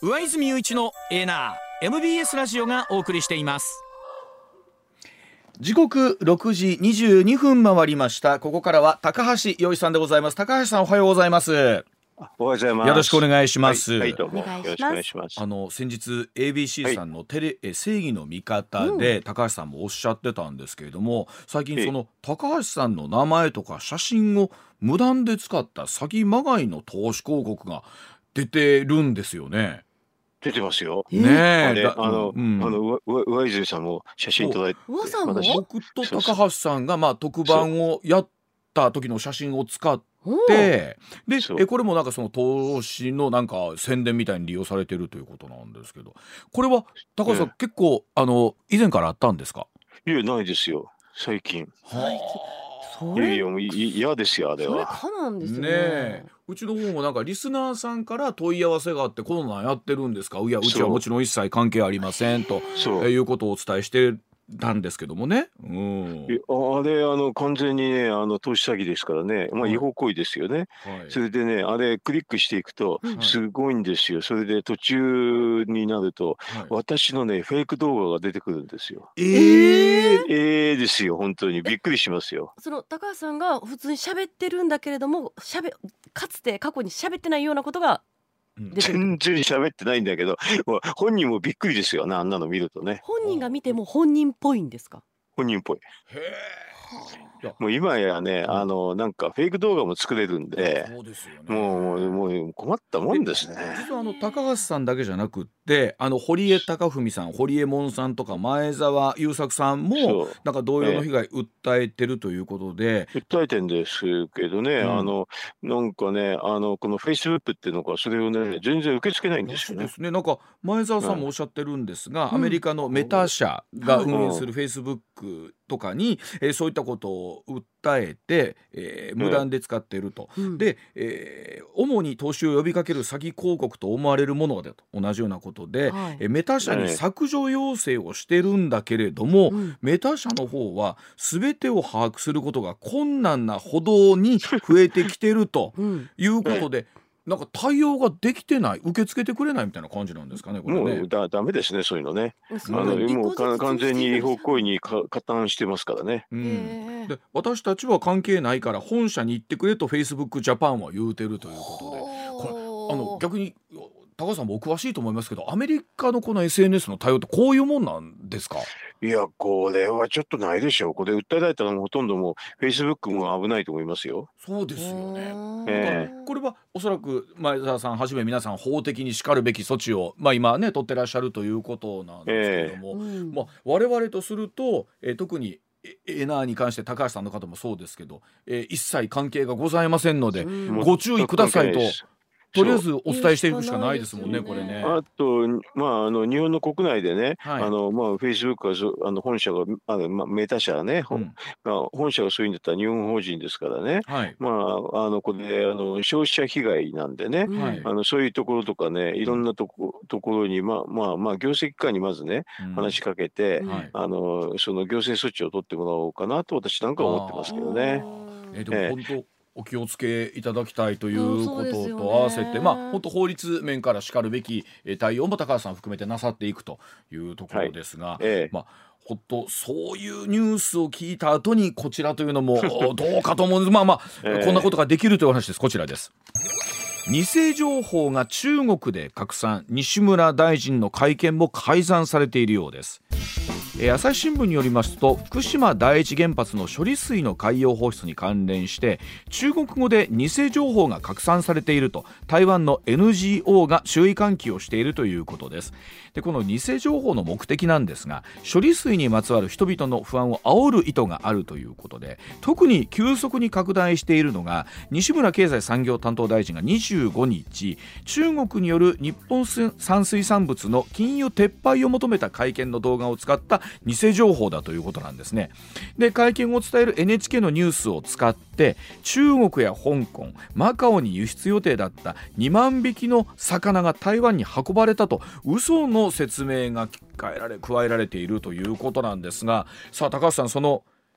上泉雄一のエナー MBS ラジオがお送りしています。時刻6時22分回りました。ここからは高橋洋一さんでございます。高橋さん、おはようございます。 おはようございます。 よろしくお願いします。 はい、どうもよろしくお願いします。 先日 ABC さんの正義の味方で、高橋さんもおっしゃってたんですけれども、最近その高橋さんの名前とか写真を無断で使った詐欺まがいの投資広告が出てるんですよね。 出てますよ。 ねえ、 上泉さんも写真撮られて、 僕と高橋さんが特番をやった時の写真を使ってでこれもなんかその投資のなんか宣伝みたいに利用されてるということなんですけど、これは高橋さん、結構以前からあったんですか？ いや、ないですよ、最近。いやいや、もう嫌ですよ、あれは。 それかなんですよね。うちの方もなんかリスナーさんから問い合わせがあって、こんなんやってるんですか？いや、うちはもちろん一切関係ありませんということをお伝えしてたんですけどもね。 あれ完全にね、投資詐欺ですからね、違法行為ですよね。それでね、あれクリックしていくとすごいんですよ。それで途中になると、私のねフェイク動画が出てくるんですよ。ですよ、本当にびっくりしますよ。 その高橋さんが普通に喋ってるんだけれども、かつて過去に喋ってないようなことが全然喋ってないんだけど、本人もびっくりですよね、あんなの見るとね。 本人が見ても本人っぽいんですか？ 本人っぽい。もう今やね、なんかフェイク動画も作れるんで、もう困ったもんですね。 実は高橋さんだけじゃなくって、堀江貴文さん、堀江門さんとか前澤友作さんもなんか同様の被害訴えてるということで、 訴えてんですけどね、なんかね、このフェイスブックっていうのがそれをね全然受け付けないんですよね。 なんか前澤さんもおっしゃってるんですが、アメリカのメタ社が運営するフェイスブックとかに、そういったことを訴えて、無断で使っていると、で、主に投資を呼びかける詐欺広告と思われるものだと同じようなことで、メタ社に削除要請をしてるんだけれども、メタ社の方は全てを把握することが困難なほどに増えてきてるということで、なんか対応ができてない、受け付けてくれないみたいな感じなんですかね、これね。 もうダメですね、そういうのね。もう完全に違法行為に加担してますからね。 で、私たちは関係ないから本社に行ってくれと Facebook ジャパンは言うてるということで、これ逆に高橋さんもお詳しいと思いますけど、アメリカのこの SNS の対応ってこういうもんなんですか？ いや、これはちょっとないでしょう。これ訴えられたのもほとんどもう Facebook も危ないと思いますよ。 そうですよね。これはおそらく前澤さんはじめ皆さん法的にしかるべき措置を、今ね取ってらっしゃるということなんですけども、我々とすると、特にエナーに関して高橋さんの方もそうですけど、一切関係がございませんので、ご注意くださいととりあえずお伝えしていくしかないですもんね、これね。 あと、日本の国内でね、フェイスブックは本社がメタ社ね、本社がそういうんだったら日本法人ですからね、これ消費者被害なんでね、そういうところとかね、いろんなところに業績機関にまずね話しかけて、その行政措置を取ってもらおうかなと私なんか思ってますけどね。 でも本当お気をつけいただきたいということと合わせて、本当法律面からしかるべき対応も高橋さん含めてなさっていくというところですが、ほんとそういうニュースを聞いた後にこちらというのもどうかと思うんです。こんなことができるという話です。こちらです。偽情報が中国で拡散、西村大臣の会見も改ざんされているようです。朝日新聞によりますと、福島第一原発の処理水の海洋放出に関連して中国語で偽情報が拡散されていると台湾の NGO が注意喚起をしているということです。で、この偽情報の目的なんですが、処理水にまつわる人々の不安を煽る意図があるということで、特に急速に拡大しているのが西村経済産業担当大臣が25日中国による日本産水産物の禁輸撤廃を求めた会見の動画を使った偽情報だということなんですね。で、会見を伝える NHK のニュースを使って中国や香港、マカオに輸出予定だった2万匹の魚が台湾に運ばれたと嘘の説明が加えられているということなんですが、さあ高橋さん、その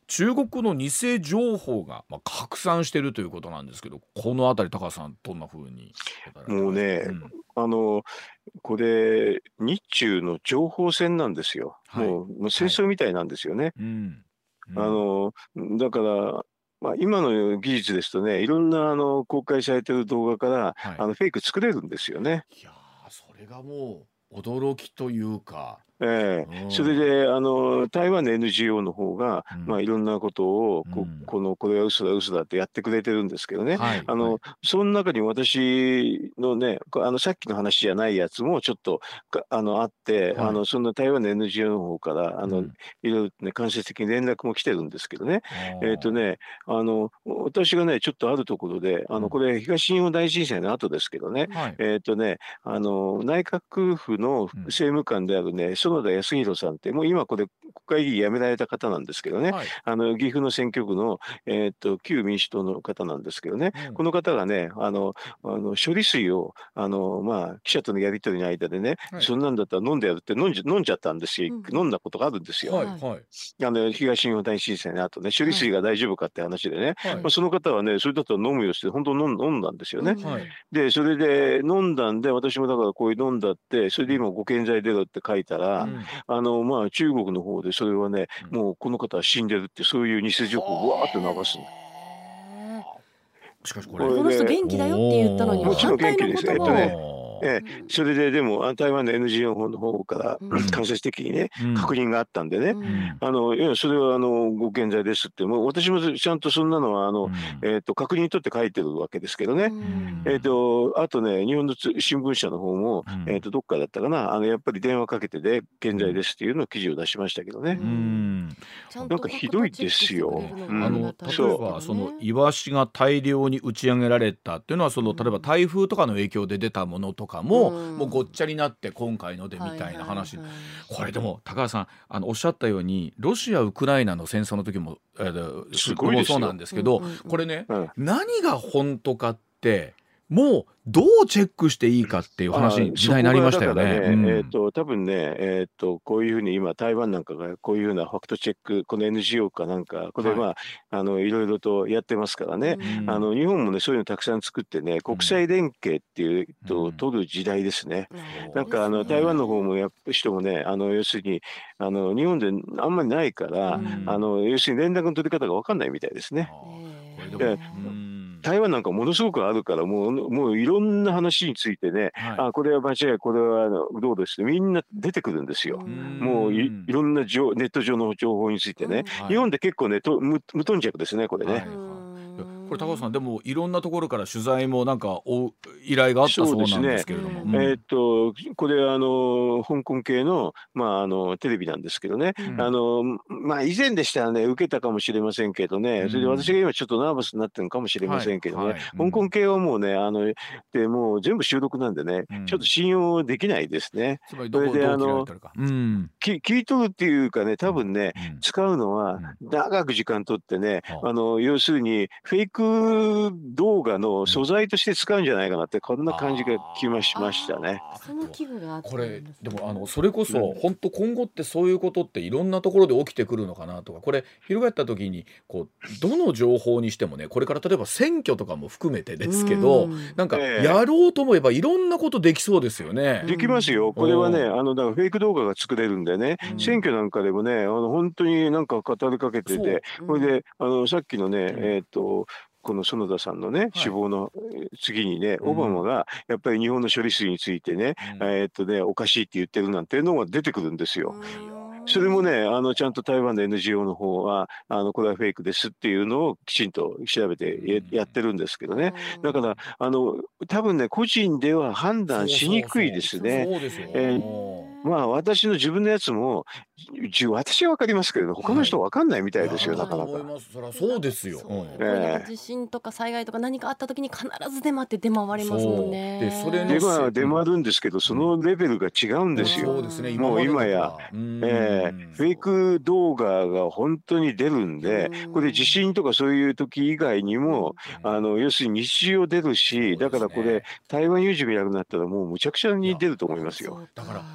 中国の偽情報が、拡散しているということなんですけど、このあたり高橋さんどんな風に？ もうね、これ日中の情報戦なんですよ。もう戦争みたいなんですよね。だから、今の技術ですとね、いろんな公開されてる動画から、フェイク作れるんですよね。 いやー、それがもう驚きというか。 それで台湾の NGO の方が、いろんなことをこれは嘘だ嘘だってやってくれてるんですけどね、その中に私のねさっきの話じゃないやつもちょっとあって、そんな台湾の NGO の方からいろいろね間接的に連絡も来てるんですけどね、私がねちょっとあるところでこれ東日本大震災の後ですけどね、内閣府の政務官であるね園田康弘さんって、もう今これ国会議員辞められた方なんですけどね、岐阜の選挙区の、旧民主党の方なんですけどね、この方がね処理水を記者とのやり取りの間でね、そんなんだったら飲んでやるって飲んじゃったんですよ、飲んだことがあるんですよ、東日本大震災の後ね、処理水が大丈夫かって話でね、その方はねそれだったら飲むよって本当飲んだんですよね、でそれで飲んだんで、私もだからこういう飲んだって、それで今ご健在出ろって書いたら、中国の方でそれはね、もうこの方は死んでるってそういう偽情報をわーっと流すの。 しかしこれこの人元気だよって言ったのにもちろん元気です。 反それででも台湾の NGO の方から間接的にね、確認があったんでね、いやそれはご健在ですって、もう私もちゃんとそんなのは確認取って書いてるわけですけどね、あとね日本の新聞社の方も、どっかだったかな、やっぱり電話かけてで健在ですっていうのを記事を出しましたけどね、なんかひどいですよ。 例えばそのイワシが大量に打ち上げられたっていうのは、その例えば台風とかの影響で出たものとかも、もうごっちゃになって今回のでみたいな話、これでも高橋さんおっしゃったようにロシア・ウクライナの戦争の時もすごいですよ。 そうなんですけど、これね、何が本当かってもうどうチェックしていいかっていう話に時代になりましたよね。 多分ね、こういうふうに今台湾なんかがこういうようなファクトチェック、この NGO かなんかこれいろいろとやってますからね、日本もねそういうのたくさん作ってね、国際連携っていうのを取る時代ですね。なんか台湾の方も人もね要するに日本であんまりないから、要するに連絡の取り方が分かんないみたいですね。台湾なんかものすごくあるから、もういろんな話についてね、これは間違い、これはどうですってみんな出てくるんですよ。もういろんなネット上の情報についてね、日本で結構ね無頓着ですねこれね。 これ高橋さんでもいろんなところから取材もなんか依頼があったそうなんですけれども、 これ香港系のテレビなんですけどね、以前でしたらね受けたかもしれませんけどね、それで私が今ちょっとナーバスになってるのかもしれませんけどね、香港系はもうねでもう全部収録なんでね、ちょっと信用できないですね。 それで聞い取るっていうかね、多分ね使うのは長く時間取ってね、要するにフェイク動画の素材として使うんじゃないかなって、こんな感じがしましたね。 その危惧があった。 これでもそれこそ本当今後ってそういうことっていろんなところで起きてくるのかなとか、これ翻った時にどの情報にしてもね、これから例えば選挙とかも含めてですけど、なんかやろうと思えばいろんなことできそうですよね。 できますよ。これはねだからフェイク動画が作れるんでね、選挙なんかでもね本当になんか語りかけてて、これでさっきのねこの園田さんのね死亡の次にね、オバマがやっぱり日本の処理水についてねおかしいって言ってるなんていうのが出てくるんですよ。それもねちゃんと台湾の NGO の方はこれはフェイクですっていうのをきちんと調べてやってるんですけどね。だから多分ね個人では判断しにくいですね。私の自分のやつも私は分かりますけれど他の人は分かんないみたいですよ、なかなか。 そりゃそうですよ。 地震とか災害とか何かあった時に必ず出回って出回りますもんね。 でそれの出回るんですけど、そのレベルが違うんですよ。もう今やフェイク動画が本当に出るんで、これ地震とかそういう時以外にも要するに日常出るし、だからこれ台湾有事見なくなったらもうむちゃくちゃに出ると思いますよ。 だから本当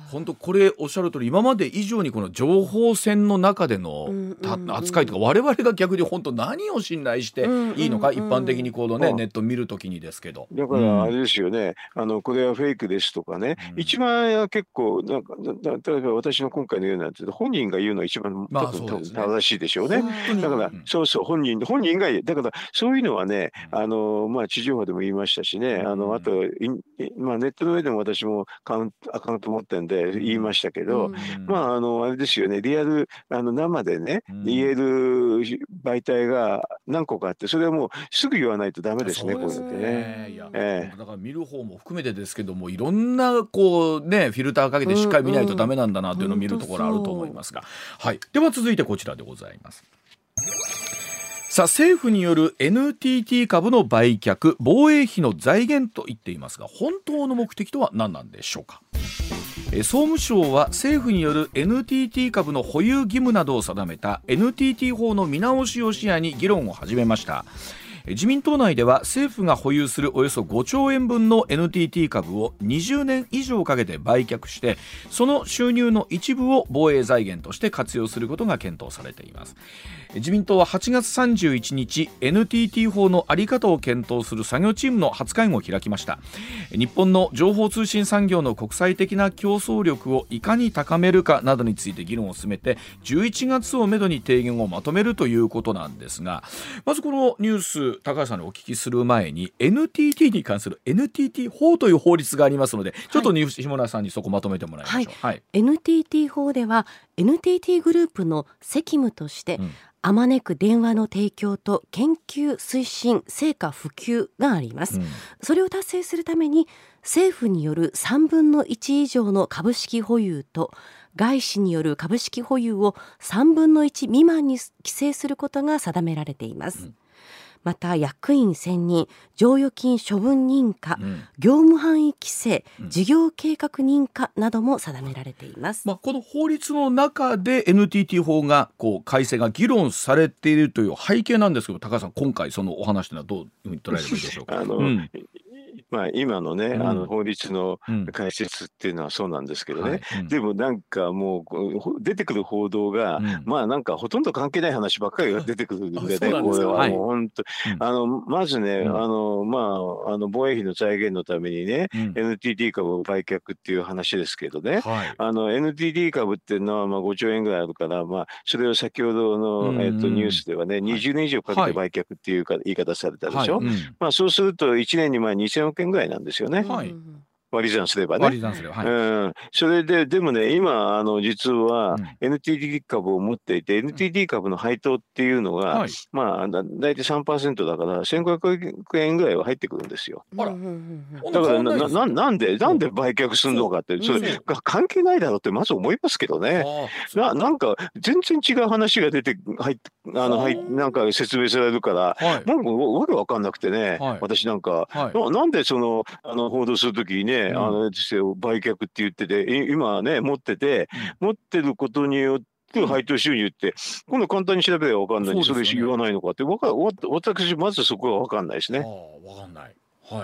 これおっしゃる通り、今まで以上にこの情報戦の中での扱いとか、我々が逆に本当何を信頼していいのか、一般的にこのね、ネット見るときにですけど、 だからあれですよね、これはフェイクですとかね、一番結構なんか例えば私の今回のようなやつで本人が言うのは一番多分正しいでしょうね。だからそうそう、本人がだからそういうのはね、地上波でも言いましたしね、あとネットの上でも私もアカウント持ってんで言いましたけど、あれですよね、リアル生でね言える媒体が何個かあって、それはもうすぐ言わないとダメですね、こうやってね。 だから見る方も含めてですけども、いろんなこうねフィルターかけてしっかり見ないとダメなんだなというのを見るところあると思いますが、はい、では続いてこちらでございます。さあ、政府による NTT 株の売却、防衛費の財源と言っていますが、本当の目的とは何なんでしょうか。総務省は政府による NTT 株の保有義務などを定めた NTT 法の見直しを視野に議論を始めました。自民党内では政府が保有するおよそ5兆円分の NTT 株を20年以上かけて売却して、その収入の一部を防衛財源として活用することが検討されています。自民党は8月31日 NTT 法の在り方を検討する作業チームの初会合を開きました。日本の情報通信産業の国際的な競争力をいかに高めるかなどについて議論を進めて、11月をめどに提言をまとめるということなんですが、まずこのニュース、高橋さんにお聞きする前に NTT に関する NTT 法という法律がありますので、ちょっと日村さんにそこまとめてもらいましょう。はい、 NTT 法では NTT グループの責務として、あまねく電話の提供と研究推進成果普及があります。それを達成するために政府による3分の1以上の株式保有と外資による株式保有を3分の1未満に規制することが定められています。また役員選任、剰余金処分認可、業務範囲規制、事業計画認可なども定められています。 この法律の中で NTT 法が改正が議論されているという背景なんですけど、高橋さん、今回そのお話というのはどういうふうに捉えればいいでしょうか。 今のね、法律の解説っていうのはそうなんですけどね、でもなんかもう出てくる報道が、なんかほとんど関係ない話ばっかりが出てくるんでね、これはもう本当、まずね、防衛費の財源のためにね、NTT 株を売却っていう話ですけどね、NTT 株っていうのは5兆円ぐらいあるから、それを先ほどのニュースではね、20年以上かけて売却っていう言い方されたでしょ。そうすると1年に2000億円ぐらいなんですよね。割り算すればね。それででもね、今実は NTT 株を持っていて、NTT 株の配当っていうのが、だいたい 3% だから1500億円ぐらいは入ってくるんですよ。だからなんで売却するのかって、それ関係ないだろうってまず思いますけどね。なんか全然違う話が出てなんか説明されるから、なんかわけわかんなくてね、私なんか、なんでその報道するときにね、売却って言ってて、今ね持ってることによって配当収入って今度簡単に調べれば分かんないのに、それ言わないのかって、私まずそこは分かんないですね。 分かんない。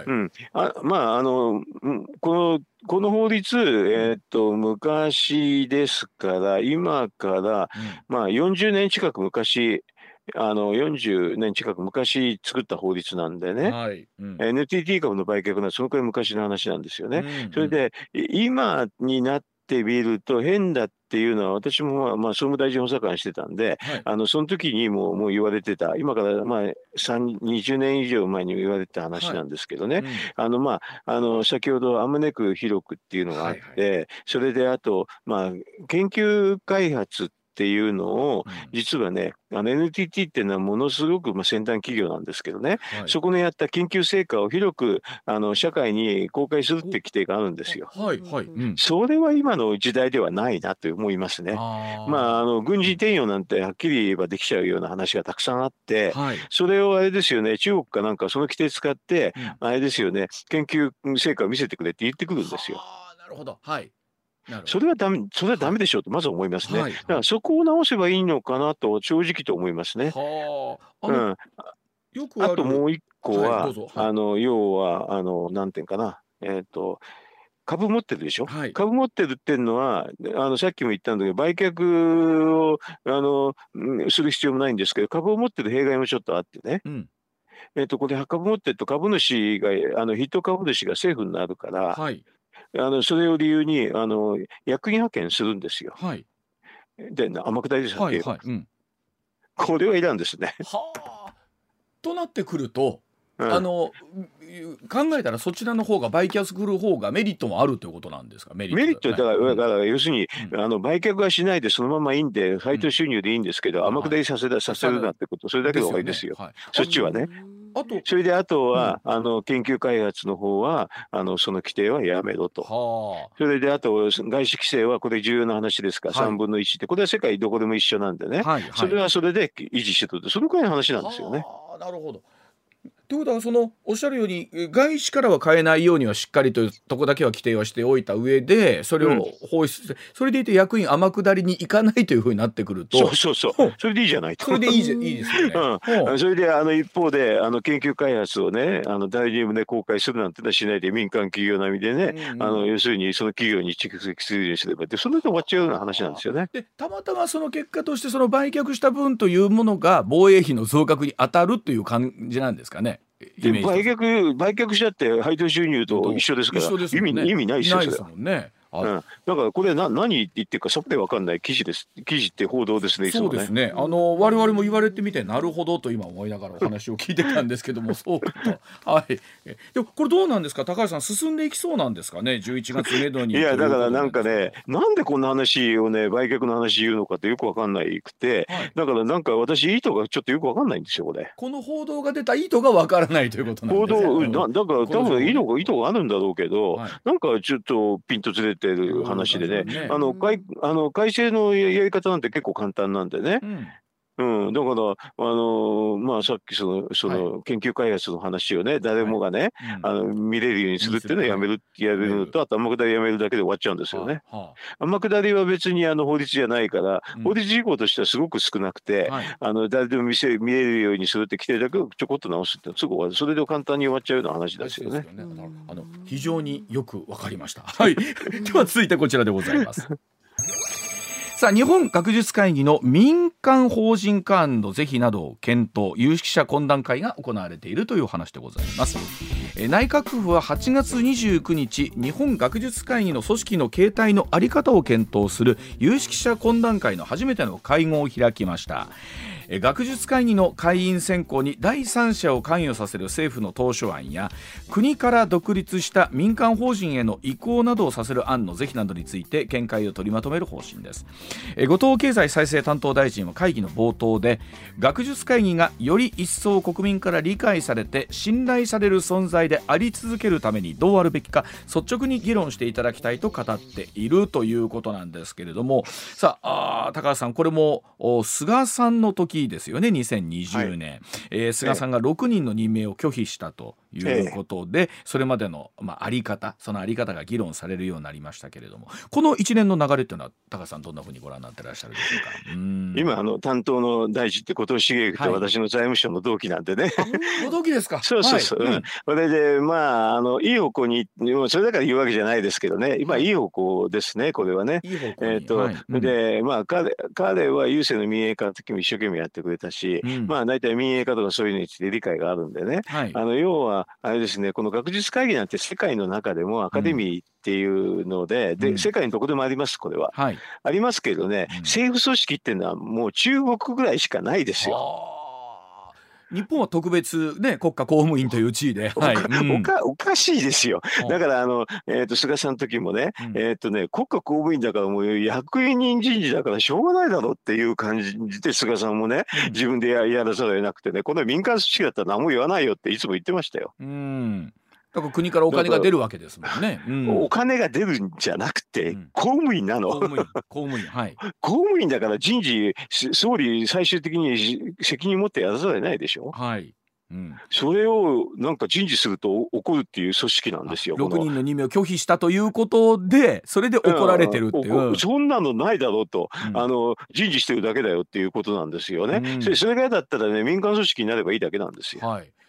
この法律、昔ですから、今から40年近く昔、40年近く昔作った法律なんでね、NTT 株の売却はそのくらい昔の話なんですよね。それで今になってみると変だっていうのは、私も総務大臣補佐官してたんで、その時にもう言われてた、今から20年以上前に言われてた話なんですけどね、先ほどあまねく広くっていうのがあって、それであと研究開発っていうのを、実はね、NTT っていうのはものすごく先端企業なんですけどね、そこのやった研究成果を広く社会に公開するって規定があるんですよ。それは今の時代ではないなと思いますね。軍事転用なんてはっきり言えばできちゃうような話がたくさんあって、それをあれですよね、中国かなんかその規定使って、あれですよね、研究成果を見せてくれって言ってくるんですよ。 なるほど。 それはダメでしょうとまず思いますね。だからそこを直せばいいのかなと正直と思いますね。あともう一個は、要はなんていうかな、 株持ってるでしょ、 はい、 株持ってるっていうのはさっきも言ったんだけど売却をする必要もないんですけど、株を持ってる弊害もちょっとあってね、これ株持ってると株主が筆頭株主が政府になるから、 はい、 それを理由に役員派遣するんですよ。 はい、 で天下りでしたっけ、 はいはい、 これはいらんですね。 はあ、となってくると、考えたらそちらの方が売却する方がメリットもあるということなんですか。メリットだから要するに、売却はしないでそのままいいんで配当収入でいいんですけど、天下りさせるなってこと、それだけで終わりですよ、そっちはね。それであとは、研究開発の方はその規定はやめろと。それであと外資規制はこれ重要な話ですから、3分の1ってこれは世界どこでも一緒なんでね、それはそれで維持してるってそのくらいの話なんですよね。 なるほど。ということはおっしゃるように外資からは買えないようにはしっかりというとこだけは規定はしておいた上でそれを放出して、それでいて役員天下りに行かないというふうになってくると、 そうそれでいいじゃないと。 それでいいですよね。 それで一方で研究開発をね大事に公開するなんてのはしないで民間企業並みでね、要するにその企業に蓄積するようにすればってそれで終わっちゃうような話なんですよね。 でたまたまその結果としてその売却した分というものが防衛費の増額に当たるという感じなんですかね。 で売却しちゃって配当収入と一緒ですから、意味ないですよ。 ないですもんね。 だからこれ何言ってるかそこで分かんない記事って報道ですね。 そうですね。我々も言われてみてなるほどと今思いながらお話を聞いてたんですけどもそうかと。はい。でもこれどうなんですか、高橋さん、進んでいきそうなんですかね、11月めどに。 いやだからなんかね、なんでこんな話をね売却の話言うのかってよく分かんないくて、だからなんか私意図がちょっとよく分かんないんですよこれ。 この報道が出た意図が分からないということなんですね。 だから多分意図があるんだろうけど、なんかちょっとピンとずれてる話でね、改正のやり方なんて結構簡単なんでね。だからさっきその研究開発の話をね誰もがね見れるようにするっていうのをやめると、あと天下りやめるだけで終わっちゃうんですよね。天下りは別に法律じゃないから、法律事項としてはすごく少なくて、誰でも見れるようにするって規定だけをちょこっと直すってすぐ終わる、それで簡単に終わっちゃうような話ですよね。 非常によくわかりました。はい。では続いてこちらでございます。さあ、日本学術会議の民間法人化案の是非などを検討、有識者懇談会が行われているという話でございます。内閣府は8月29日、日本学術会議の組織の形態の在り方を検討する有識者懇談会の初めての会合を開きました。学術会議の会員選考に第三者を関与させる政府の当初案や、国から独立した民間法人への移行などをさせる案の是非などについて見解を取りまとめる方針です。後藤経済再生担当大臣は会議の冒頭で、学術会議がより一層国民から理解されて信頼される存在であり続けるためにどうあるべきか率直に議論していただきたいと語っているということなんですけれども、さあ高橋さん、これも菅さんの時ですよね、2020年、菅さんが6人の任命を拒否したということで、それまでの、あり方、そのあり方が議論されるようになりましたけれども、この一連の流れというのは高橋さんどんなふうにご覧になってらっしゃるでしょうか。 今担当の大臣って後藤茂之と私の財務省の同期なんでね。 ご同期ですか。 そう、それでいい方向に、それだから言うわけじゃないですけどね、今いい方向ですね、これはね。で彼は郵政の民営化の時も一生懸命やってくれたし、大体民営化とかそういうのについて理解があるんでね、要はあれですね、この学術会議なんて世界の中でもアカデミーっていうので、世界のどこでもあります、これは、ありますけどね、政府組織っていうのはもう中国ぐらいしかないですよ。 日本は特別ね、国家公務員という地位で、 おかしいですよ。だから菅さんの時もね、国家公務員だからもう役員人事だからしょうがないだろうっていう感じで菅さんもね、自分でやらざるを得なくてね、この民間組織だったら何も言わないよっていつも言ってましたよ。 だから国からお金が出るわけですもんね。 お金が出るんじゃなくて、公務員なの。公務員、 公務員だから人事、総理最終的に責任持ってやらざるを得ないでしょ。それをなんか人事すると怒るっていう組織なんですよ。 6人の任命を拒否したということで、それで怒られてるっていう。 そんなのないだろうと、人事してるだけだよっていうことなんですよね。それが嫌だったらね、民間組織になればいいだけなんですよ。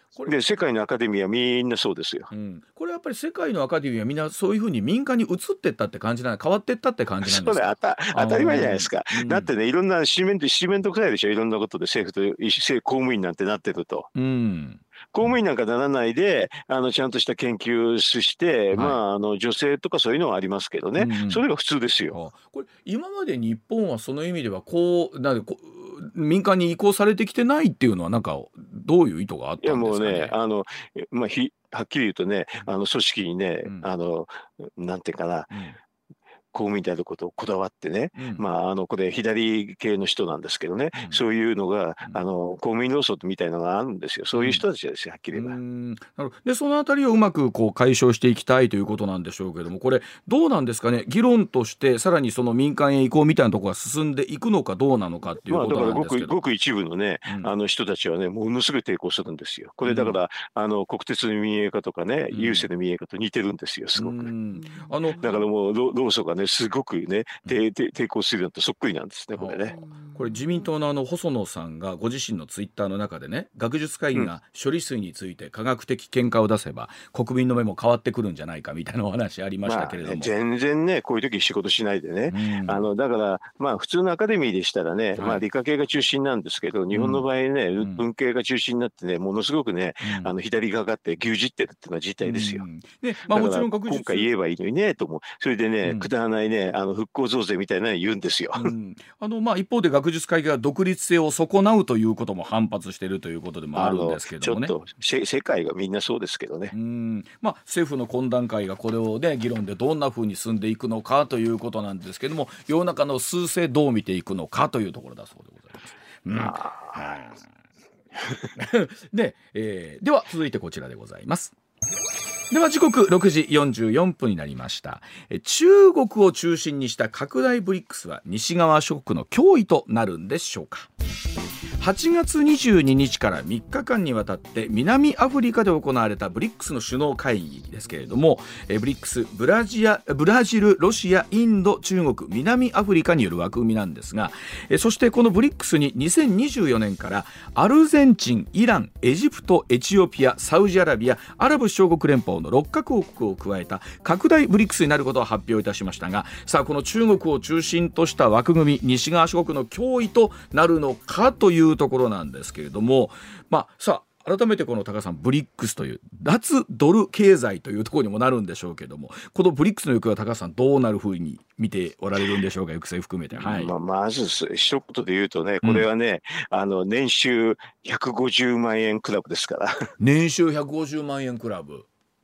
で世界のアカデミーはみんなそうですよ。 これやっぱり世界のアカデミーはみんなそういうふうに民間に移ってったって感じなの、変わってったって感じなんですか。 それ当たり前じゃないですか。だってね、いろんな七面倒くさいでしょ、いろんなことで政府と公務員なんてなってると。公務員なんかならないでちゃんとした研究して、女性とかそういうのはありますけどね、それが普通ですよ。 これ今まで日本はその意味では民間に移行されてきてないっていうのはなんかどういう意図があったんですかね。 いやもうねはっきり言うとね、組織にね、なんていうかな、公務員であることをこだわってね、これ左系の人なんですけどね、そういうのが、公務員労組みたいなのがあるんですよ。そういう人たちですよ、はっきり言えば。 でそのあたりをうまく解消していきたいということなんでしょうけども、これどうなんですかね、議論としてさらにその民間へ移行みたいなところが進んでいくのかどうなのかっていうことなんですけど、 だからごく一部のね、人たちはねものすごい抵抗するんですよ。これだから、国鉄の民営化とかね、郵政の民営化と似てるんですよ、すごく。だからもう労組がねすごくね抵抗するのとそっくりなんですね、これね。 これ自民党の細野さんがご自身のツイッターの中でね、学術会議が処理水について科学的見解を出せば、国民の目も変わってくるんじゃないかみたいなお話ありましたけれども、 全然ねこういう時仕事しないでね、だから普通のアカデミーでしたらね、理科系が中心なんですけど、日本の場合ね、文系が中心になってね、ものすごくね、左がかって牛耳ってるっていうのは事態ですよ。もちろん今回言えばいいのにねと思う。それでね、くだらないね復興増税みたいなの言うんですよ。 一方で学術会議が独立性を損なうということも反発しているということでもあるんですけどもね。 ちょっと世界がみんなそうですけどね。 政府の懇談会がこれをね議論でどんな風に進んでいくのかということなんですけども、世の中の趨勢どう見ていくのかというところだそうでございます。では続いてこちらでございます。では時刻6時44分になりました。中国を中心にした拡大ブリックスは西側諸国の脅威となるんでしょうか。8月22日から3日間にわたって南アフリカで行われたブリックスの首脳会議ですけれども、ブリックスブラジル、ロシア、インド、中国、南アフリカによる枠組みなんですが、そしてこのブリックスに2024年からアルゼンチン、イラン、エジプト、エチオピア、サウジアラビア、アラブ首長国連邦の6カ国を加えた拡大ブリックスになることを発表いたしましたが、さあこの中国を中心とした枠組み、西側諸国の脅威となるのかというところなんですけれども、さあ改めてこの高橋さん、ブリックスという脱ドル経済というところにもなるんでしょうけども、このブリックスの行方は高橋さんどうなるふうに見ておられるんでしょうか、行く末含めて。 まず一言で言うとね、これはね、年収150万円クラブですから。 年収150万円クラブ、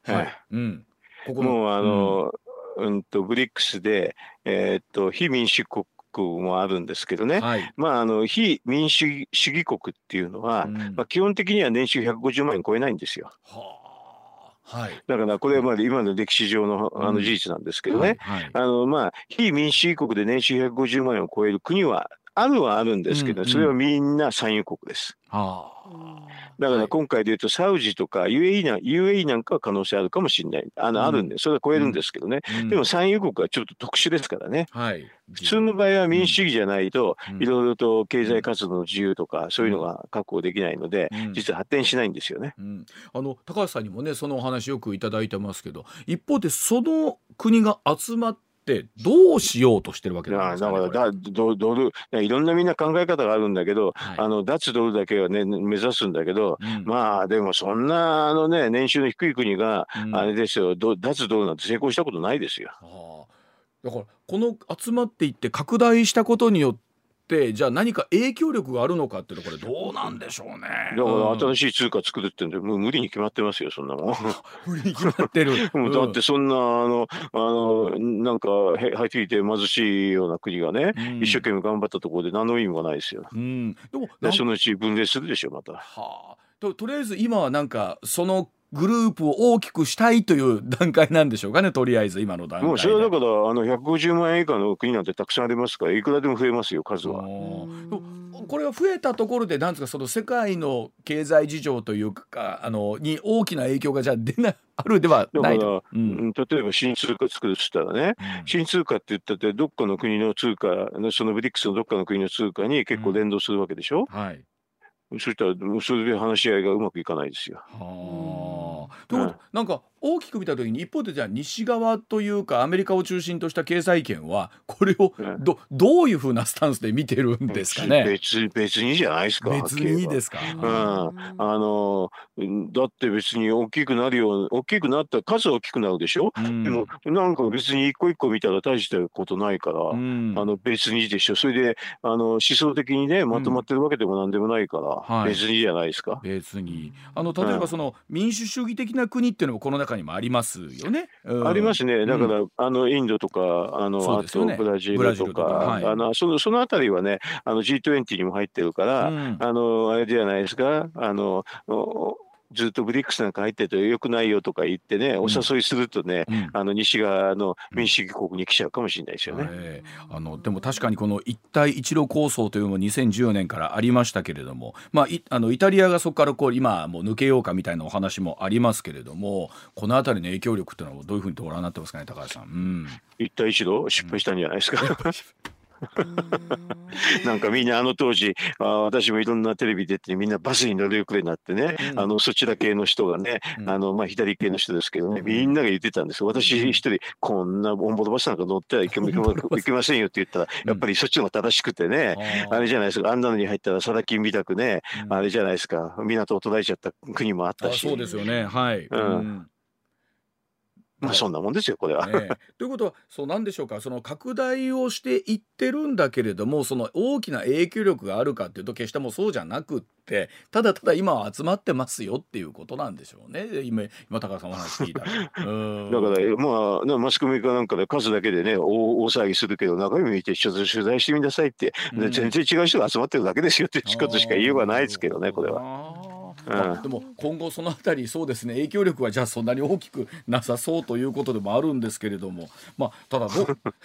もうブリックスで、非民主国もあるんですけどね、非民主主義国っていうのは、基本的には年収150万円超えないんですよ。だからこれは今の歴史上の事実なんですけどね、非民主主義国で年収150万円を超える国はあるんですけど、それはみんな産油国です。だから今回でいうとサウジとか UAE なんかは可能性あるかもしれない、あるんでそれは超えるんですけどね、でも産油国はちょっと特殊ですからね、普通の場合は民主主義じゃないといろいろと経済活動の自由とかそういうのが確保できないので、実は発展しないんですよね。 高橋さんにもねそのお話よくいただいてますけど、一方でその国が集まってどうしようとしてるわけなんですかね。 だからドルいろんなみんな考え方があるんだけど、脱ドルだけはね目指すんだけど、でもそんな年収の低い国があれですよ、脱ドルなんて成功したことないですよ。 だからこの集まっていって拡大したことによってじゃあ何か影響力があるのかっていうと、これどうなんでしょうね。だから新しい通貨作るってんでもう無理に決まってますよ、そんなもん。 無理に決まってる。 だってそんななんか入ってきて貧しいような国がね、一生懸命頑張ったところで何の意味もないですよ。でもそのうち分裂するでしょまた。 とりあえず今はなんかそのグループを大きくしたいという段階なんでしょうかね、とりあえず今の段階で。 もうそれはだから150万円以下の国なんてたくさんありますから、いくらでも増えますよ、数は。 これが増えたところでなんですか、その世界の経済事情というかに大きな影響がじゃあるではないと。 例えば新通貨作るっつったらね、新通貨って言ったってどっかの国の通貨、そのブリックスのどっかの国の通貨に結構連動するわけでしょ。 そしたらそれで話し合いがうまくいかないですよ。 ということ、なんか大きく見たときに一方でじゃあ西側というかアメリカを中心とした経済圏はこれをどういうふうなスタンスで見てるんですかね。 別にじゃないですか。 別にですか。 だって別に大きくなった数は大きくなるでしょ。でもなんか別に一個一個見たら大したことないから、別にでしょ。それで思想的にねまとまってるわけでもなんでもないから、別にじゃないですか。 別に例えばその民主主義的な国っていうのもこの中にもありますよね。 ありますね。だからインドとかあとブラジルとかそのあたりはねG20 にも入ってるから、あれじゃないですか。ずっとブリックスなんか入っててよくないよとか言ってね、お誘いするとね、西側の民主主義国に来ちゃうかもしれないですよね。 でも確かにこの一帯一路構想というのも2014年からありましたけれども、イタリアがそこから今もう抜けようかみたいなお話もありますけれども、このあたりの影響力っていうのはどういうふうにご覧になってますかね、高橋さん。 一帯一路失敗したんじゃないですか。なんかみんな当時私もいろんなテレビ出てみんなバスに乗るくらいになってね、そちら系の人がね、左系の人ですけどね、みんなが言ってたんです。私一人こんなオンボロバスなんか乗ってはいけませんよって言ったら、やっぱりそっちの方が正しくてね、あれじゃないですか。あんなのに入ったらサラ金みたくね、あれじゃないですか。港を途絶えちゃった国もあったし。 そうですよね。はい。 そんなもんですよこれは。 ということはそうなんでしょうか、その拡大をしていってるんだけれども、その大きな影響力があるかっていうと決してもそうじゃなくって、ただただ今は集まってますよっていうことなんでしょうね。今高橋さんお話聞いたら。だからマスコミかなんかで数だけでね大騒ぎするけど、中身見て取材してみなさいって、全然違う人が集まってるだけですよってことしか言いようがないですけどねこれは。 でも今後そのあたりそうですね、影響力はじゃあそんなに大きくなさそうということでもあるんですけれども、ただ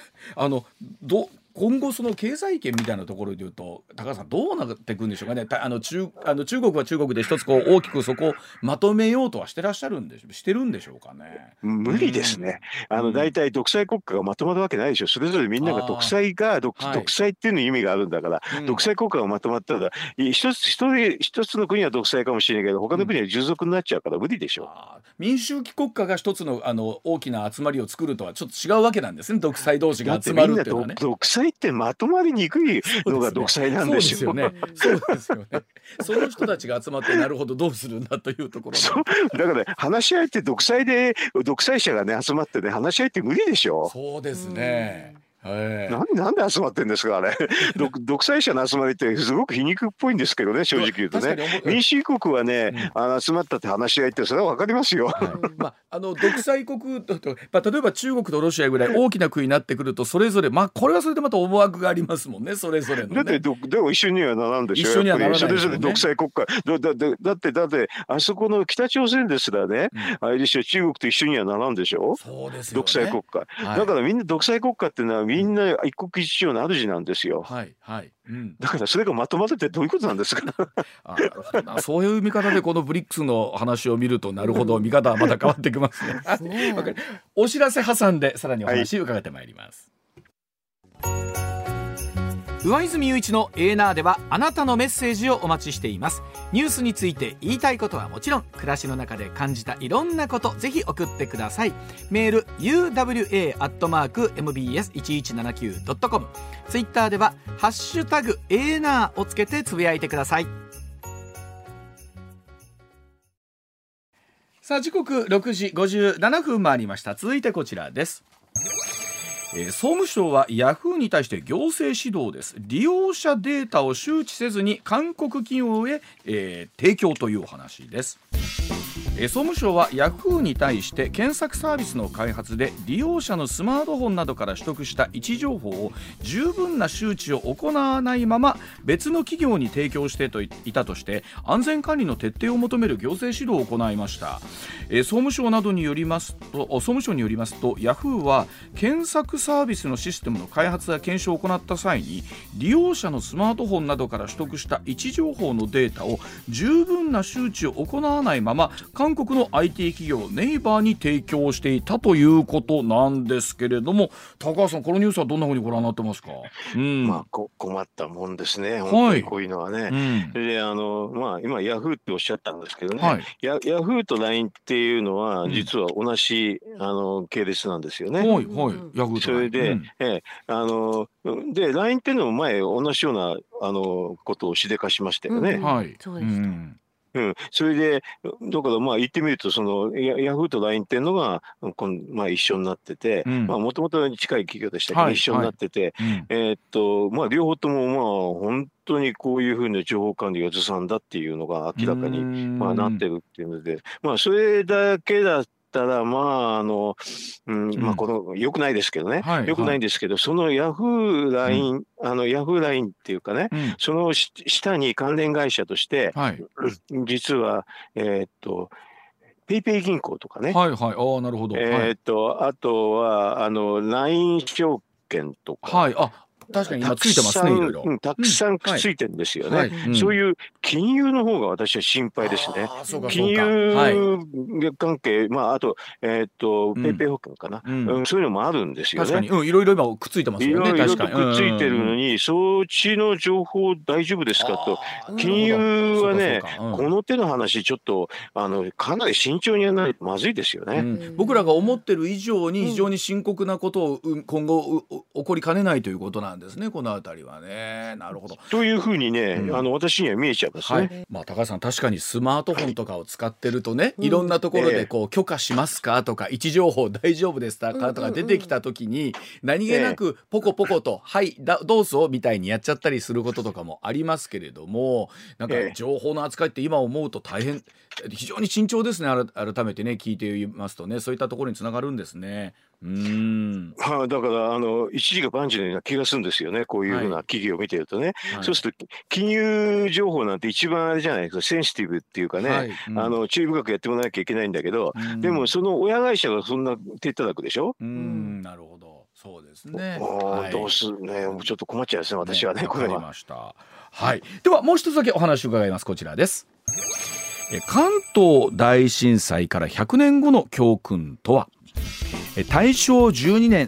今後その経済圏みたいなところでいうと高橋さんどうなっていくんでしょうかね。中国は中国で一つ大きくそこをまとめようとはしてるんでしょうかね。 無理ですね。大体独裁国家がまとまるわけないでしょ。それぞれみんなが独裁っていうのに意味があるんだから、独裁国家がまとまったら一つの国は独裁かもしれないけど他の国は従属になっちゃうから無理でしょ。 民主主義国家が一つの大きな集まりを作るとはちょっと違うわけなんですね。独裁同士が集まるっていうのはね。 独裁ってまとまりにくいのが独裁なんですよ。 そうですよね。その人たちが集まってなるほどどうするんだというところ。 だから、話し合いって独裁者がね集まってね話し合いって無理でしょ。 そうですね。 なんで集まってんですかあれ。独裁者の集まりってすごく皮肉っぽいんですけどね、正直言うとね。民主主義国はね、集まったって話し合いってそれは分かりますよ。 独裁国と例えば中国とロシアぐらい大きな国になってくるとそれぞれこれはそれでまた思惑がありますもんね、それぞれのね。 だってでも一緒にはならんでしょ。それぞれ独裁国家だってあそこの北朝鮮ですらね、あれでしょ、中国と一緒にはならんでしょ。 そうですよね。 独裁国家だからみんな独裁国家っていうのはみんな一国一城の主なんですよ。だからそれがまとまるってどういうことなんですか。 そういう見方でこのブリックスの話を見るとなるほど見方はまた変わってきますね。お知らせ挟んでさらにお話伺ってまいります。上泉雄一のエーナーではあなたのメッセージをお待ちしています。ニュースについて言いたいことはもちろん暮らしの中で感じたいろんなことぜひ送ってください。メール uwa@mbs1179.com、 ツイッターではハッシュタグエーナーをつけてつぶやいてください。さあ時刻6時57分回りました。続いてこちらです。総務省はヤフーに対して行政指導です。利用者データを周知せずに韓国企業へ、提供というお話です。総務省はヤフーに対して検索サービスの開発で利用者のスマートフォンなどから取得した位置情報を十分な周知を行わないまま別の企業に提供していたとして安全管理の徹底を求める行政指導を行いました。総務省によりますとヤフーは検索サービスのシステムの開発や検証を行った際に利用者のスマートフォンなどから取得した位置情報のデータを十分な周知を行わないまま韓国の IT 企業ネイバーに提供していたということなんですけれども、高橋さんこのニュースはどんなふうにご覧になってますか？ 困ったもんですね、本当にこういうのはね。で今ヤフーっておっしゃったんですけどね、ヤフーと LINE っていうのは実は同じ系列なんですよね。それで、LINE っていうのも前同じようなことをしでかしましたよね。 そうでした。 それでだから言ってみるとそのヤフーと LINE っていうのが一緒になってて、もともと近い企業でしたけど、一緒になってて、両方とも本当にこういうふうな情報管理がずさんだっていうのが明らかになってるっていうので、それだけだったらこの良くないですけどね、良くないんですけど、そのヤフー LINE、ヤフー LINE っていうかね、その下に関連会社として、実はペイペイ銀行とかね、 なるほど。 あとはLINE 証券とか、 確かに今ついてますね、いろいろ。 たくさんくっついてるんですよね。そういう金融の方が私は心配ですね。金融関係、あとペイペイ保険かな、そういうのもあるんですよね。 確かにいろいろ今くっついてますよね。 いろいろとくっついてるのに、そっちの情報大丈夫ですかと。金融はね、この手の話ちょっとかなり慎重にやらないとまずいですよね。 僕らが思ってる以上に非常に深刻なことを今後起こりかねないということなんですね、このあたりはね。なるほど。 というふうにね、私には見えちゃいますね。 高橋さん、確かにスマートフォンとかを使ってるとね、いろんなところで許可しますかとか、位置情報大丈夫ですかとか出てきた時に、何気なくポコポコとはいどうぞみたいにやっちゃったりすることとかもありますけれども、なんか情報の扱いって今思うと大変、非常に慎重ですね。改めてね聞いていますとね、そういったところにつながるんですね。 だから一時が万事のような気がするんですよね、こういうふうな企業を見てるとね。そうすると金融情報なんて一番あれじゃないですか、センシティブっていうかね、注意深くやってもらわなきゃいけないんだけど、でもその親会社がそんな手叩くでしょ。 なるほど、そうですね。 どうするね、ちょっと困っちゃいますね、私はね。これは。 わかりました。ではもう一つだけお話を伺います。こちらです。関東大震災から100年後の教訓とは。大正12年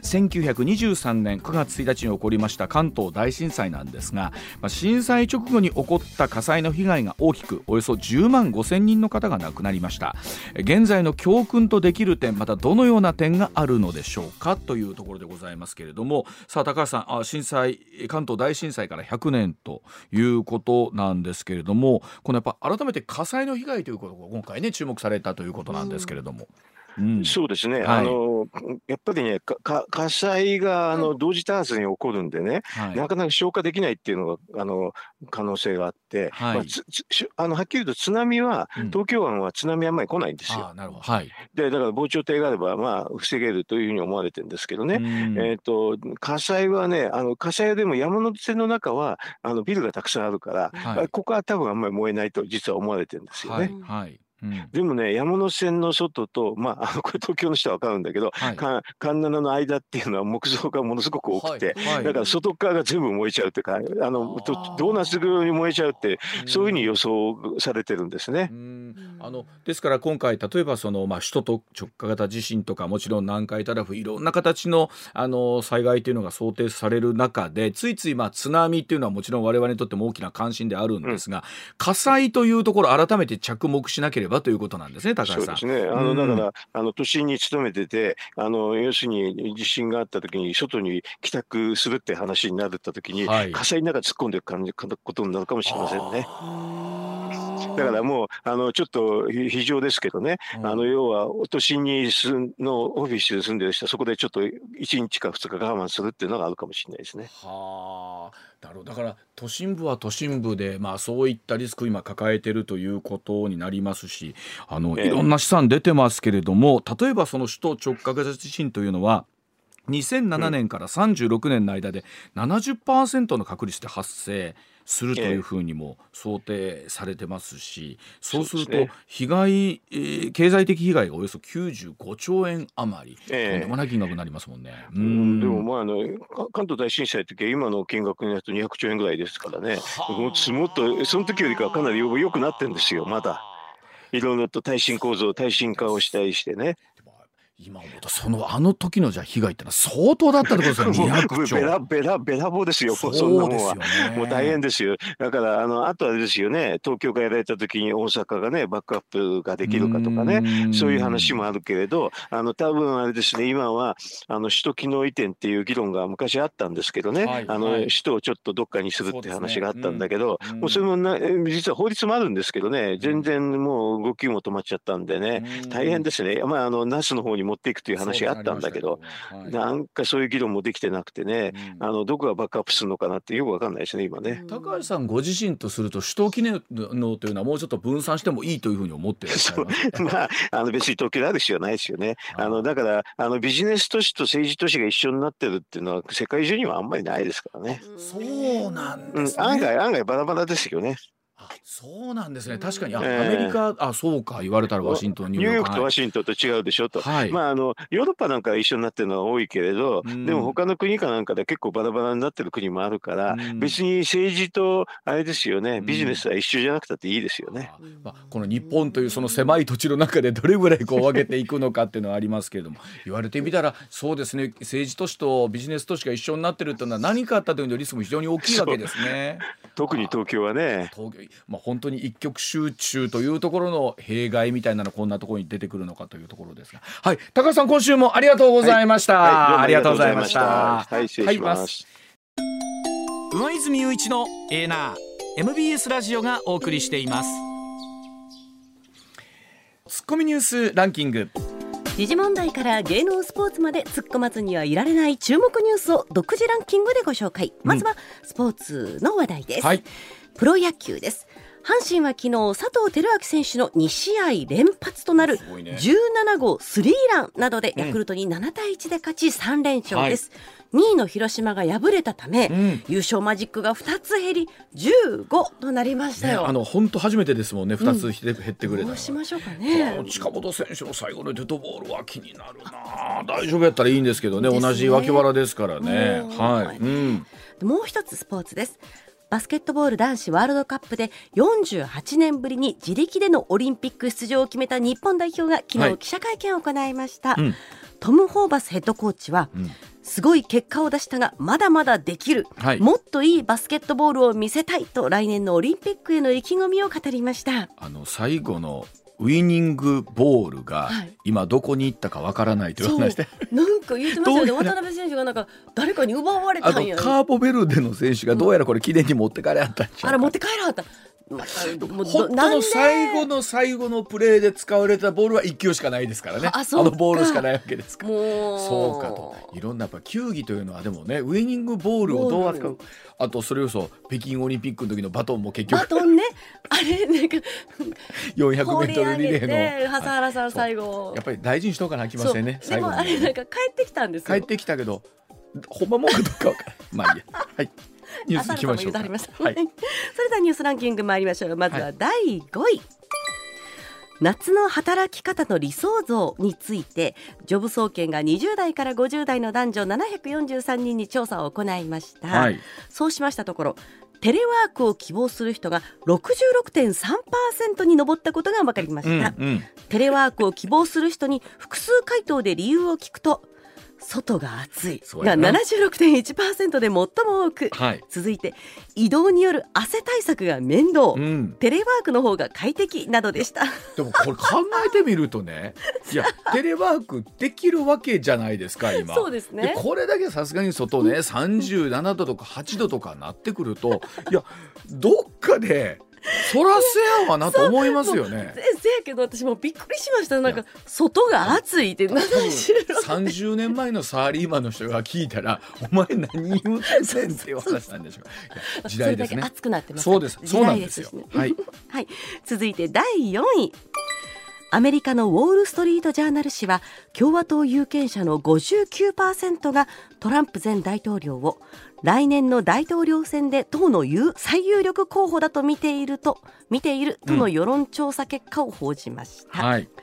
1923年9月1日に起こりました関東大震災なんですが、震災直後に起こった火災の被害が大きく、およそ10万5千人の方が亡くなりました。現在の教訓とできる点、またどのような点があるのでしょうかというところでございますけれども、さあ高橋さん、関東大震災から100年ということなんですけれども、このやっぱ改めて火災の被害ということが今回ね注目されたということなんですけれども。 そうですね、やっぱりね、火災が同時多発に起こるんでね、なかなか消火できないっていうのが可能性があって、はっきり言うと津波は、東京湾は津波あんまり来ないんですよ。でだから防潮堤があれば防げるというふうに思われてるんですけどね、火災はね、火災でも山手線の中はビルがたくさんあるから、ここは多分あんまり燃えないと実は思われてるんですよね。でもね、山手線の外と、これ東京の人は分かるんだけど、環七の間っていうのは木造がものすごく多くて、だから外側が全部燃えちゃうというか、ドーナツ状に燃えちゃうって、そういうふうに予想されてるんですね。 ですから今回、例えば首都直下型地震とか、もちろん南海トラフ、いろんな形の、災害というのが想定される中で、ついつい津波っていうのはもちろん我々にとっても大きな関心であるんですが、火災というところ改めて着目しなければということなんですね、高橋さん。 そうですね。だから都心に勤めてて、要するに地震があった時に外に帰宅するって話になった時に、火災の中突っ込んでいくことになるかもしれませんね。だからもうちょっと非常ですけどね、要は都心のオフィスで住んでる人はそこでちょっと1日か2日我慢するっていうのがあるかもしれないですね。 だから都心部は都心部で、そういったリスクを今抱えているということになりますし、いろんな試算出てますけれども、例えばその首都直下型地震というのは2007年から36年の間で 70% の確率で発生するというふうにも想定されてますし、そうすると被害、経済的被害がおよそ95兆円余り、とんでもない金額になりますもんね。 でも関東大震災の時は今の金額になると200兆円ぐらいですからね、もっとその時よりかはかなり良くなってるんですよ、まだ。 いろいろと耐震構造耐震化をしたりしてね。 今思うとあの時のじゃあ被害ってのは相当だったってことですよ。200兆べらぼうですよ。そんなもんはもう大変ですよ。だからあとあれですよね、東京がやられた時に大阪がねバックアップができるかとかね、そういう話もあるけれど、多分あれですね、今は首都機能移転っていう議論が昔あったんですけどね、首都をちょっとどっかにするって話があったんだけど、もうそれも実は法律もあるんですけどね、全然もう動きも止まっちゃったんでね、大変ですね。那須の方に持っていくという話があったんだけど、なんかそういう議論もできてなくてね、どこがバックアップするのかなってよくわかんないですね今ね。 高橋さんご自身とすると首都機能というのはもうちょっと分散してもいいというふうに思っていらっしゃいます？ 別に東京である必要はないですよね。だからビジネス都市と政治都市が一緒になってるっていうのは世界中にはあんまりないですからね。 そうなんですね。 案外バラバラですよね。 そうなんですね。確かにアメリカそうか言われたらワシントンニューヨークとワシントンと違うでしょと、ヨーロッパなんか一緒になってるのは多いけれど、でも他の国かなんかで結構バラバラになってる国もあるから、別に政治とあれですよね、ビジネスは一緒じゃなくたっていいですよね。 この日本というその狭い土地の中でどれぐらい分けていくのかっていうのはありますけれども、言われてみたらそうですね、政治都市とビジネス都市が一緒になってるっていうのは何かあった時のリスクも非常に大きいわけですね。 特に東京はね、 本当に一極集中というところの弊害みたいなのこんなところに出てくるのかというところですが、高橋さん今週もありがとうございました。ありがとうございました。 失礼します。 上泉雄一のエーナー MBS ラジオがお送りしています。ツッコミニュースランキング。 時事問題から芸能スポーツまで突っ込まずにはいられない注目ニュースを独自ランキングでご紹介。まずはスポーツの話題です。プロ野球です。阪神は昨日佐藤輝明選手の2試合連発となる17号スリーランなどでヤクルトに7対1で勝ち3連勝です。2位の広島が敗れたため、優勝マジックが2つ減り15となりましたよ。 本当初めてですもんね、2つ減ってくれた。 どうしましょうかね。 近本選手の最後のデッドボールは気になるな。大丈夫やったらいいんですけどね、同じ脇腹ですからね。 もう一つスポーツです。バスケットボール男子ワールドカップで48年ぶりに自力でのオリンピック出場を決めた日本代表が昨日記者会見を行いました。トム・ホーバスヘッドコーチは、すごい結果を出したがまだまだできる、もっといいバスケットボールを見せたいと来年のオリンピックへの意気込みを語りました。 最後のウイニングボールが今どこに行ったかわからないという話で、 なんか言ってましたよね。渡辺選手がなんか誰かに奪われたんや。 カーボベルデの選手がどうやらこれ記念に持って帰らはったんちゃうか。 持って帰らはった。 本当の最後のプレーで使われたボールは1球しかないですからね。ボールしかないわけですから。そうかと。いろんなやっぱ球技というのはでもね、ウイニングボールをどう扱う、あとそれこそ北京オリンピックの時のバトンも結局バトンね、あれなんか 400m リレーの笠原さん最後やっぱり大事にしとかなきませんね。 でもあれなんか帰ってきたんですよ。 帰ってきたけどほんまもんかどうか分からない。まあいいや。はい。ニュースいきましょうか。それではニュースランキング参りましょう。まずは第5位、夏の働き方の理想像についてジョブ総研が20代から50代の男女743人に調査を行いました。そうしましたところ、テレワークを希望する人が 66.3% に上ったことが分かりました。テレワークを希望する人に複数回答で理由を聞くと、外が暑いが 76.1% で最も多く、続いて移動による汗対策が面倒、テレワークの方が快適などでした。 でもこれ考えてみるとね、いやテレワークできるわけじゃないですか今。 そうですね。 でこれだけさすがに外ね37度とか8度とかなってくると、いやどっかでそらせやわなと思いますよね。 せやけど私もびっくりしました。なんか外が暑いって 30年前のサラリーマンの人が聞いたらお前何言うてんねんっていう話なんでしょう。時代ですね。 それだけ暑くなってます。 そうです。そうなんですよ。はい、 はい、続いて第4位、アメリカのウォール・ストリート・ジャーナル紙は共和党有権者の 59% がトランプ前大統領を来年の大統領選で党の最有力候補だと見ているとの世論調査結果を報じました。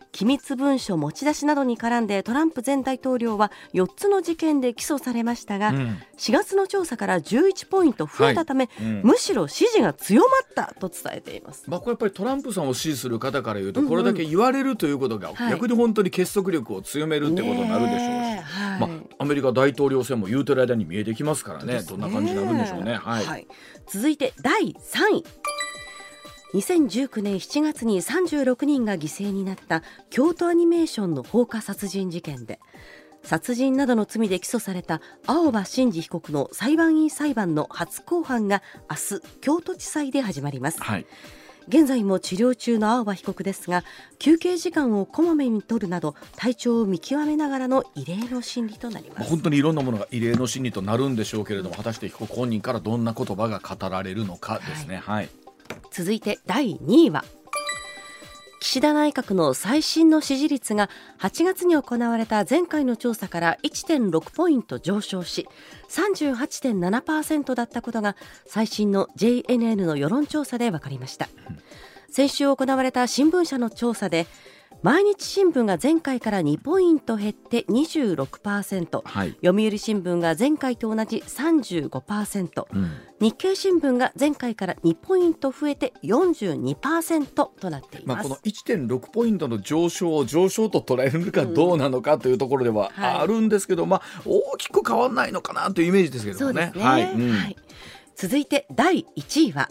機密文書持ち出しなどに絡んでトランプ前大統領は4つの事件で起訴されましたが、4月の調査から11ポイント増えたため、むしろ支持が強まったと伝えています。 これやっぱりトランプさんを支持する方から言うと、これだけ言われるということが逆に本当に結束力を強めるってことになるでしょうし、アメリカ大統領選も言うてる間に見えてきますからね、どんな感じになるんでしょうね。 続いて第3位、2019年7月に36人が犠牲になった京都アニメーションの放火殺人事件で、殺人などの罪で起訴された青葉真司被告の裁判員裁判の初公判が明日京都地裁で始まります。現在も治療中の青葉被告ですが、休憩時間をこまめに取るなど体調を見極めながらの異例の審理となります。 本当にいろんなものが異例の審理となるんでしょうけれども、果たして被告本人からどんな言葉が語られるのかですね。 続いて第2位は、岸田内閣の最新の支持率が8月に行われた前回の調査から 1.6 ポイント上昇し 38.7% だったことが最新の JNN の世論調査で分かりました。先週行われた新聞社の調査で、毎日新聞が前回から2ポイント減って 26%、読売新聞が前回と同じ 35%、日経新聞が前回から2ポイント増えて 42% となっています。 この 1.6 ポイントの上昇を上昇と捉えるのかどうなのかというところではあるんですけど、大きく変わらないのかなというイメージですけどもね。 続いて第1位は、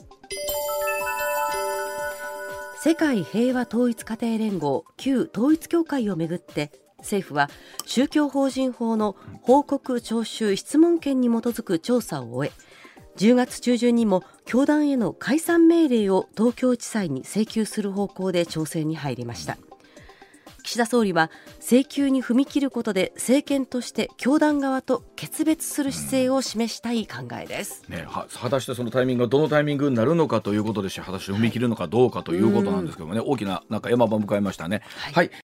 世界平和統一家庭連合旧統一教会をめぐって政府は宗教法人法の報告徴収質問権に基づく調査を終え、10月中旬にも教団への解散命令を東京地裁に請求する方向で調整に入りました。岸田総理は請求に踏み切ることで政権として教団側と決別する姿勢を示したい考えです。 果たしてそのタイミングがどのタイミングになるのかということでし、果たして踏み切るのかどうかということなんですけどもね、大きな山場を迎えましたね。